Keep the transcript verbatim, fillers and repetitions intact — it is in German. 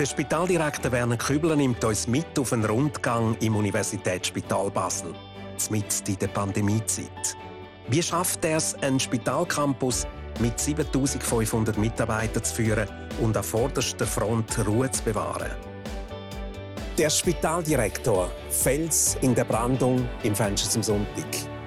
Der Spitaldirektor Werner Kübler nimmt uns mit auf einen Rundgang im Universitätsspital Basel, mitten in der Pandemiezeit. Wie schafft er es, einen Spitalcampus mit siebentausendfünfhundert Mitarbeitern zu führen und an vorderster Front Ruhe zu bewahren? Der Spitaldirektor, Fels in der Brandung im Fenster zum Sonntag.